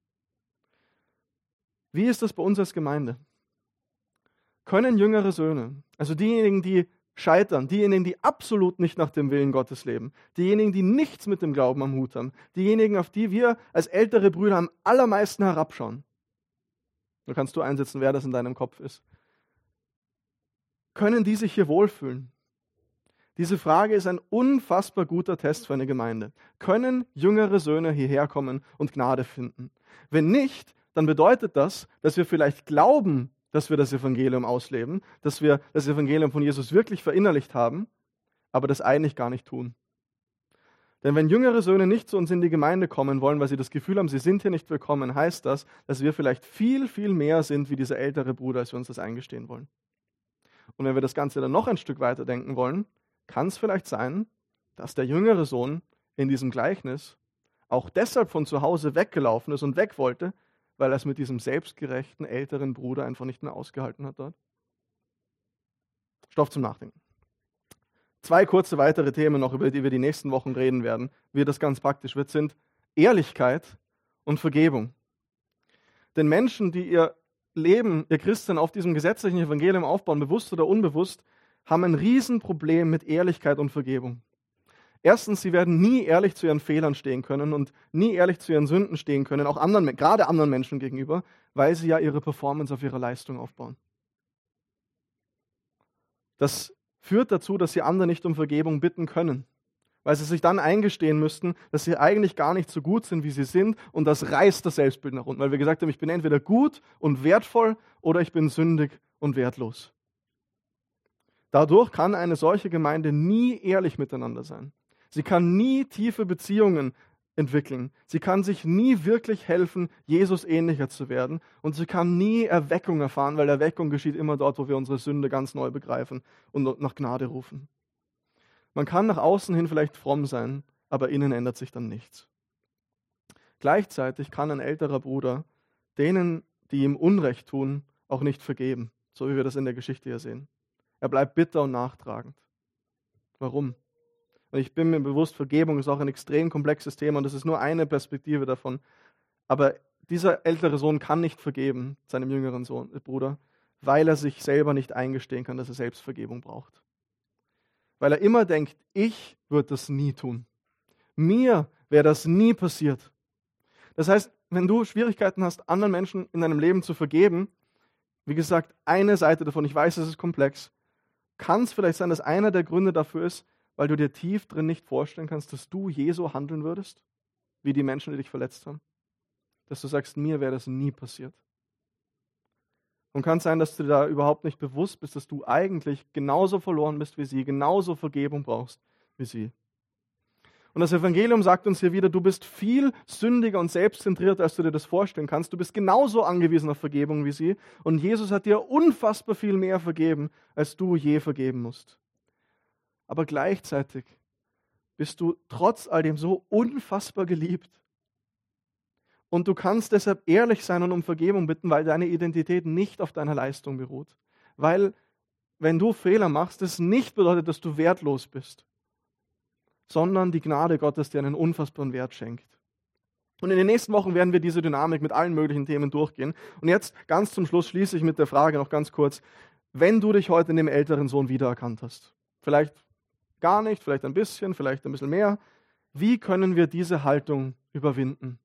Wie ist das bei uns als Gemeinde? Können jüngere Söhne, also diejenigen, die scheitern, diejenigen, die absolut nicht nach dem Willen Gottes leben, diejenigen, die nichts mit dem Glauben am Hut haben, diejenigen, auf die wir als ältere Brüder am allermeisten herabschauen. Da kannst du einsetzen, wer das in deinem Kopf ist. können die sich hier wohlfühlen? Diese Frage ist ein unfassbar guter Test für eine Gemeinde. Können jüngere Söhne hierher kommen und Gnade finden? Wenn nicht, dann bedeutet das, dass wir vielleicht glauben, dass wir das Evangelium ausleben, dass wir das Evangelium von Jesus wirklich verinnerlicht haben, aber das eigentlich gar nicht tun. Denn wenn jüngere Söhne nicht zu uns in die Gemeinde kommen wollen, weil sie das Gefühl haben, sie sind hier nicht willkommen, heißt das, dass wir vielleicht viel, viel mehr sind wie dieser ältere Bruder, als wir uns das eingestehen wollen. Und wenn wir das Ganze dann noch ein Stück weiter denken wollen, kann es vielleicht sein, dass der jüngere Sohn in diesem Gleichnis auch deshalb von zu Hause weggelaufen ist und weg wollte, weil er es mit diesem selbstgerechten älteren Bruder einfach nicht mehr ausgehalten hat dort. Stoff zum Nachdenken. 2 kurze weitere Themen noch, über die wir die nächsten Wochen reden werden, wie das ganz praktisch wird, sind Ehrlichkeit und Vergebung. Denn Menschen, die ihr Leben, ihr Christen auf diesem gesetzlichen Evangelium aufbauen, bewusst oder unbewusst, haben ein Riesenproblem mit Ehrlichkeit und Vergebung. Erstens, sie werden nie ehrlich zu ihren Fehlern stehen können und nie ehrlich zu ihren Sünden stehen können, auch gerade anderen Menschen gegenüber, weil sie ja ihre Performance auf ihre Leistung aufbauen. Das führt dazu, dass sie andere nicht um Vergebung bitten können, weil sie sich dann eingestehen müssten, dass sie eigentlich gar nicht so gut sind, wie sie sind, und das reißt das Selbstbild nach unten, weil wir gesagt haben, ich bin entweder gut und wertvoll oder ich bin sündig und wertlos. Dadurch kann eine solche Gemeinde nie ehrlich miteinander sein. Sie kann nie tiefe Beziehungen entwickeln. Sie kann sich nie wirklich helfen, Jesus ähnlicher zu werden. Und sie kann nie Erweckung erfahren, weil Erweckung geschieht immer dort, wo wir unsere Sünde ganz neu begreifen und nach Gnade rufen. Man kann nach außen hin vielleicht fromm sein, aber innen ändert sich dann nichts. Gleichzeitig kann ein älterer Bruder denen, die ihm Unrecht tun, auch nicht vergeben, so wie wir das in der Geschichte hier sehen. Er bleibt bitter und nachtragend. Warum? Und ich bin mir bewusst, Vergebung ist auch ein extrem komplexes Thema und das ist nur eine Perspektive davon. Aber dieser ältere Sohn kann nicht vergeben, seinem jüngeren Bruder, weil er sich selber nicht eingestehen kann, dass er selbst Vergebung braucht. Weil er immer denkt, ich würde das nie tun. Mir wäre das nie passiert. Das heißt, wenn du Schwierigkeiten hast, anderen Menschen in deinem Leben zu vergeben, wie gesagt, eine Seite davon, ich weiß, es ist komplex, kann es vielleicht sein, dass einer der Gründe dafür ist, weil du dir tief drin nicht vorstellen kannst, dass du je so handeln würdest, wie die Menschen, die dich verletzt haben. Dass du sagst, mir wäre das nie passiert. Und kann sein, dass du dir da überhaupt nicht bewusst bist, dass du eigentlich genauso verloren bist wie sie, genauso Vergebung brauchst wie sie. Und das Evangelium sagt uns hier wieder, du bist viel sündiger und selbstzentrierter, als du dir das vorstellen kannst. Du bist genauso angewiesen auf Vergebung wie sie. Und Jesus hat dir unfassbar viel mehr vergeben, als du je vergeben musst. Aber gleichzeitig bist du trotz all dem so unfassbar geliebt. Und du kannst deshalb ehrlich sein und um Vergebung bitten, weil deine Identität nicht auf deiner Leistung beruht. Weil, wenn du Fehler machst, das nicht bedeutet, dass du wertlos bist, sondern die Gnade Gottes dir einen unfassbaren Wert schenkt. Und in den nächsten Wochen werden wir diese Dynamik mit allen möglichen Themen durchgehen. Und jetzt ganz zum Schluss schließe ich mit der Frage noch ganz kurz, wenn du dich heute in dem älteren Sohn wiedererkannt hast, vielleicht gar nicht, vielleicht ein bisschen mehr, wie können wir diese Haltung überwinden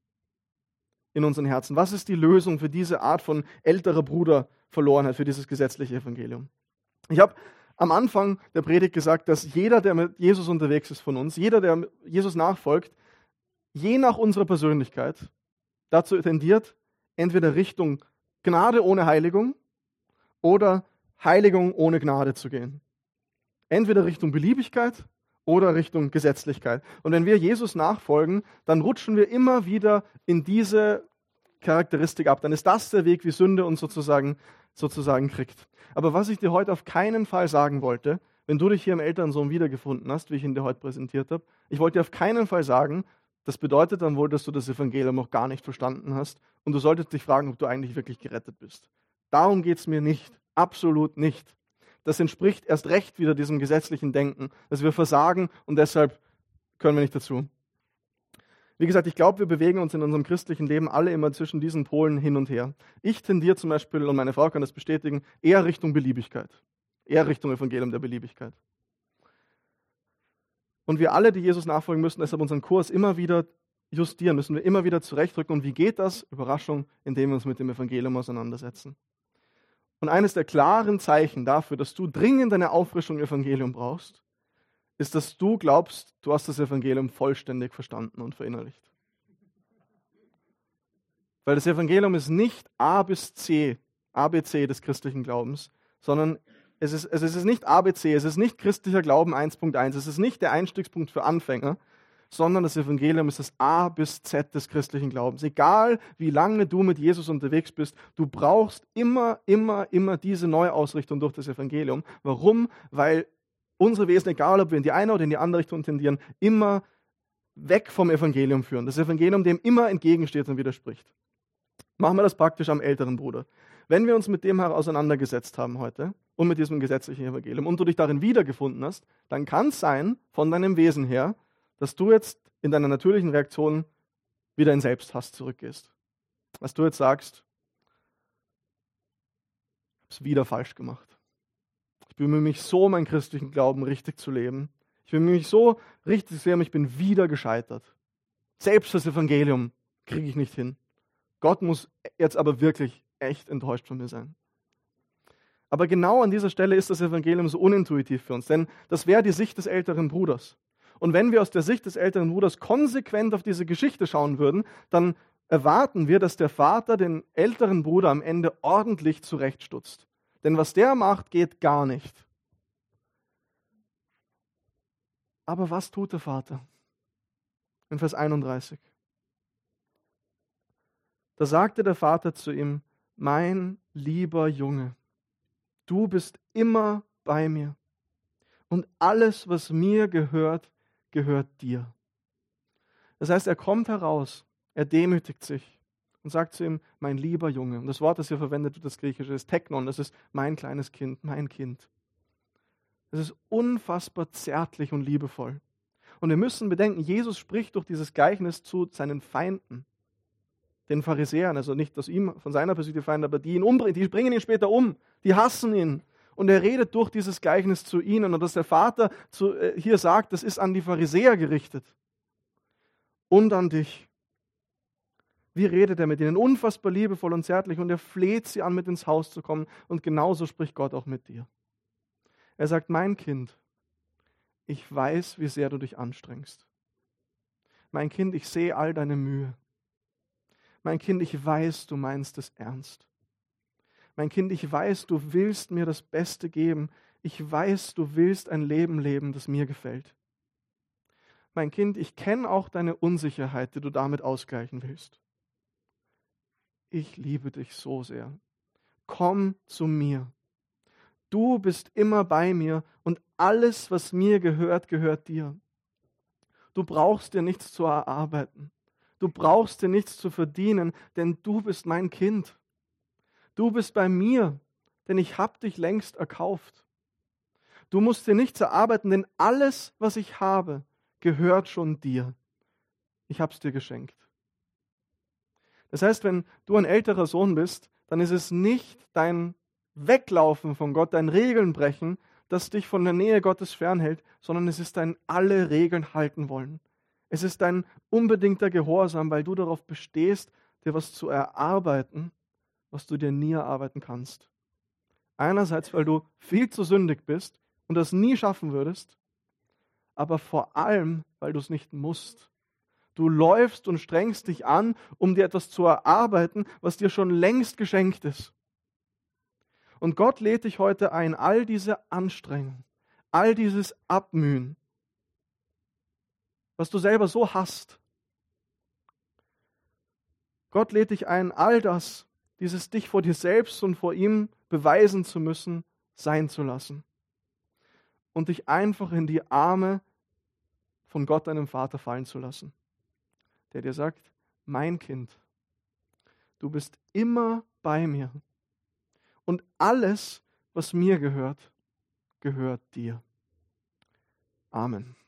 in unseren Herzen? Was ist die Lösung für diese Art von älterer Bruderverlorenheit, für dieses gesetzliche Evangelium? Ich habe am Anfang der Predigt gesagt, dass jeder, der mit Jesus unterwegs ist von uns, jeder, der Jesus nachfolgt, je nach unserer Persönlichkeit dazu tendiert, entweder Richtung Gnade ohne Heiligung oder Heiligung ohne Gnade zu gehen. Entweder Richtung Beliebigkeit oder Richtung Gesetzlichkeit. Und wenn wir Jesus nachfolgen, dann rutschen wir immer wieder in diese Charakteristik ab. Dann ist das der Weg, wie Sünde uns sozusagen kriegt. Aber was ich dir heute auf keinen Fall sagen wollte, wenn du dich hier im Elternsohn wiedergefunden hast, wie ich ihn dir heute präsentiert habe, ich wollte dir auf keinen Fall sagen, das bedeutet dann wohl, dass du das Evangelium noch gar nicht verstanden hast und du solltest dich fragen, ob du eigentlich wirklich gerettet bist. Darum geht es mir nicht. Absolut nicht. Das entspricht erst recht wieder diesem gesetzlichen Denken, dass wir versagen und deshalb können wir nicht dazu. Wie gesagt, ich glaube, wir bewegen uns in unserem christlichen Leben alle immer zwischen diesen Polen hin und her. Ich tendiere zum Beispiel, und meine Frau kann das bestätigen, eher Richtung Beliebigkeit. Eher Richtung Evangelium der Beliebigkeit. Und wir alle, die Jesus nachfolgen müssen, deshalb unseren Kurs immer wieder justieren, müssen wir immer wieder zurechtrücken. Und wie geht das? Überraschung, indem wir uns mit dem Evangelium auseinandersetzen. Und eines der klaren Zeichen dafür, dass du dringend eine Auffrischung im Evangelium brauchst, ist, dass du glaubst, du hast das Evangelium vollständig verstanden und verinnerlicht. Weil das Evangelium ist nicht A bis C, ABC des christlichen Glaubens, sondern es ist nicht ABC, es ist nicht christlicher Glauben 1.1, es ist nicht der Einstiegspunkt für Anfänger, sondern das Evangelium ist das A bis Z des christlichen Glaubens. Egal, wie lange du mit Jesus unterwegs bist, du brauchst immer diese Neuausrichtung durch das Evangelium. Warum? Weil unsere Wesen, egal ob wir in die eine oder in die andere Richtung tendieren, immer weg vom Evangelium führen. Das Evangelium dem immer entgegensteht und widerspricht. Machen wir das praktisch am älteren Bruder. Wenn wir uns mit dem auseinandergesetzt haben heute und mit diesem gesetzlichen Evangelium und du dich darin wiedergefunden hast, dann kann es sein, von deinem Wesen her, dass du jetzt in deiner natürlichen Reaktion wieder in Selbsthass zurückgehst. Dass du jetzt sagst, ich habe es wieder falsch gemacht. Ich bemühe mich so, meinen christlichen Glauben richtig zu leben. Ich bemühe mich so, richtig zu leben, ich bin wieder gescheitert. Selbst das Evangelium kriege ich nicht hin. Gott muss jetzt aber wirklich echt enttäuscht von mir sein. Aber genau an dieser Stelle ist das Evangelium so unintuitiv für uns, denn das wäre die Sicht des älteren Bruders. Und wenn wir aus der Sicht des älteren Bruders konsequent auf diese Geschichte schauen würden, dann erwarten wir, dass der Vater den älteren Bruder am Ende ordentlich zurechtstutzt. Denn was der macht, geht gar nicht. Aber was tut der Vater? In Vers 31. Da sagte der Vater zu ihm, mein lieber Junge, du bist immer bei mir und alles, was mir gehört, gehört dir. Das heißt, er kommt heraus, er demütigt sich und sagt zu ihm, mein lieber Junge. Und das Wort, das hier verwendet wird, das Griechische, ist Teknon, das ist mein kleines Kind, mein Kind. Das ist unfassbar zärtlich und liebevoll. Und wir müssen bedenken, Jesus spricht durch dieses Gleichnis zu seinen Feinden. Den Pharisäern, also nicht aus ihm, von seiner persönlichen Feinde, aber die ihn umbringen, die bringen ihn später um, die hassen ihn. Und er redet durch dieses Gleichnis zu ihnen. Und dass der Vater hier sagt, das ist an die Pharisäer gerichtet und an dich. Wie redet er mit ihnen? Unfassbar liebevoll und zärtlich und er fleht sie an, mit ins Haus zu kommen. Und genauso spricht Gott auch mit dir. Er sagt, mein Kind, ich weiß, wie sehr du dich anstrengst. Mein Kind, ich sehe all deine Mühe. Mein Kind, ich weiß, du meinst es ernst. Mein Kind, ich weiß, du willst mir das Beste geben. Ich weiß, du willst ein Leben leben, das mir gefällt. Mein Kind, ich kenne auch deine Unsicherheit, die du damit ausgleichen willst. Ich liebe dich so sehr. Komm zu mir. Du bist immer bei mir und alles, was mir gehört, gehört dir. Du brauchst dir nichts zu erarbeiten. Du brauchst dir nichts zu verdienen, denn du bist mein Kind. Du bist bei mir, denn ich habe dich längst erkauft. Du musst dir nichts erarbeiten, denn alles, was ich habe, gehört schon dir. Ich habe es dir geschenkt. Das heißt, wenn du ein älterer Sohn bist, dann ist es nicht dein Weglaufen von Gott, dein Regeln brechen, das dich von der Nähe Gottes fernhält, sondern es ist dein alle Regeln halten wollen. Es ist dein unbedingter Gehorsam, weil du darauf bestehst, dir was zu erarbeiten, was du dir nie erarbeiten kannst. Einerseits, weil du viel zu sündig bist und das nie schaffen würdest, aber vor allem, weil du es nicht musst. Du läufst und strengst dich an, um dir etwas zu erarbeiten, was dir schon längst geschenkt ist. Und Gott lädt dich heute ein, all diese Anstrengung, all dieses Abmühen, was du selber so hast. Gott lädt dich ein, all das, dieses dich vor dir selbst und vor ihm beweisen zu müssen, sein zu lassen. Und dich einfach in die Arme von Gott, deinem Vater, fallen zu lassen. Der dir sagt, mein Kind, du bist immer bei mir. Und alles, was mir gehört, gehört dir. Amen.